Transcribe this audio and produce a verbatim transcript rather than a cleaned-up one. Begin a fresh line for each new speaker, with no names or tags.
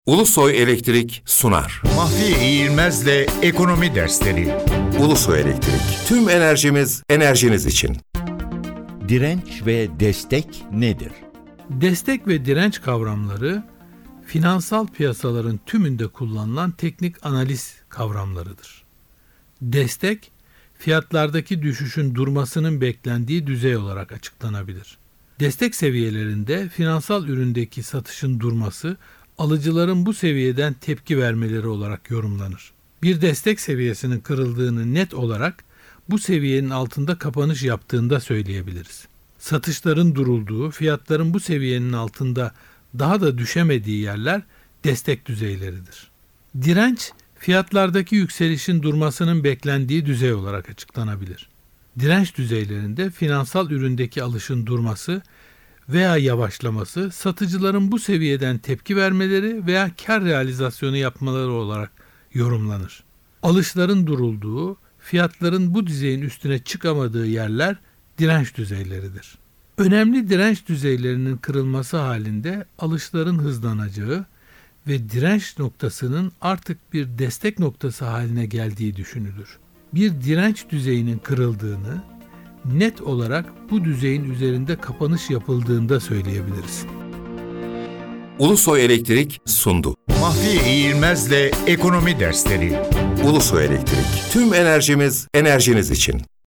Ulusoy Elektrik sunar.
Mahfiye İğilmez'le ekonomi dersleri.
Ulusoy Elektrik. Tüm enerjimiz enerjiniz için.
Direnç ve destek nedir?
Destek ve direnç kavramları finansal piyasaların tümünde kullanılan teknik analiz kavramlarıdır. Destek, fiyatlardaki düşüşün durmasının beklendiği düzey olarak açıklanabilir. Destek seviyelerinde finansal üründeki satışın durması, alıcıların bu seviyeden tepki vermeleri olarak yorumlanır. Bir destek seviyesinin kırıldığını net olarak bu seviyenin altında kapanış yaptığında söyleyebiliriz. Satışların durulduğu, fiyatların bu seviyenin altında daha da düşemediği yerler destek düzeyleridir. Direnç, fiyatlardaki yükselişin durmasının beklendiği düzey olarak açıklanabilir. Direnç düzeylerinde finansal üründeki alışın durması veya yavaşlaması, satıcıların bu seviyeden tepki vermeleri veya kar realizasyonu yapmaları olarak yorumlanır. Alışların durulduğu, fiyatların bu düzeyin üstüne çıkamadığı yerler direnç düzeyleridir. Önemli direnç düzeylerinin kırılması halinde alışların hızlanacağı ve direnç noktasının artık bir destek noktası haline geldiği düşünülür. Bir direnç düzeyinin kırıldığını net olarak bu düzeyin üzerinde kapanış yapıldığında söyleyebiliriz.
Ulusoy Elektrik sundu.
Mahfiye İğilmez'le ekonomi dersleri.
Ulusoy Elektrik. Tüm enerjimiz enerjiniz için.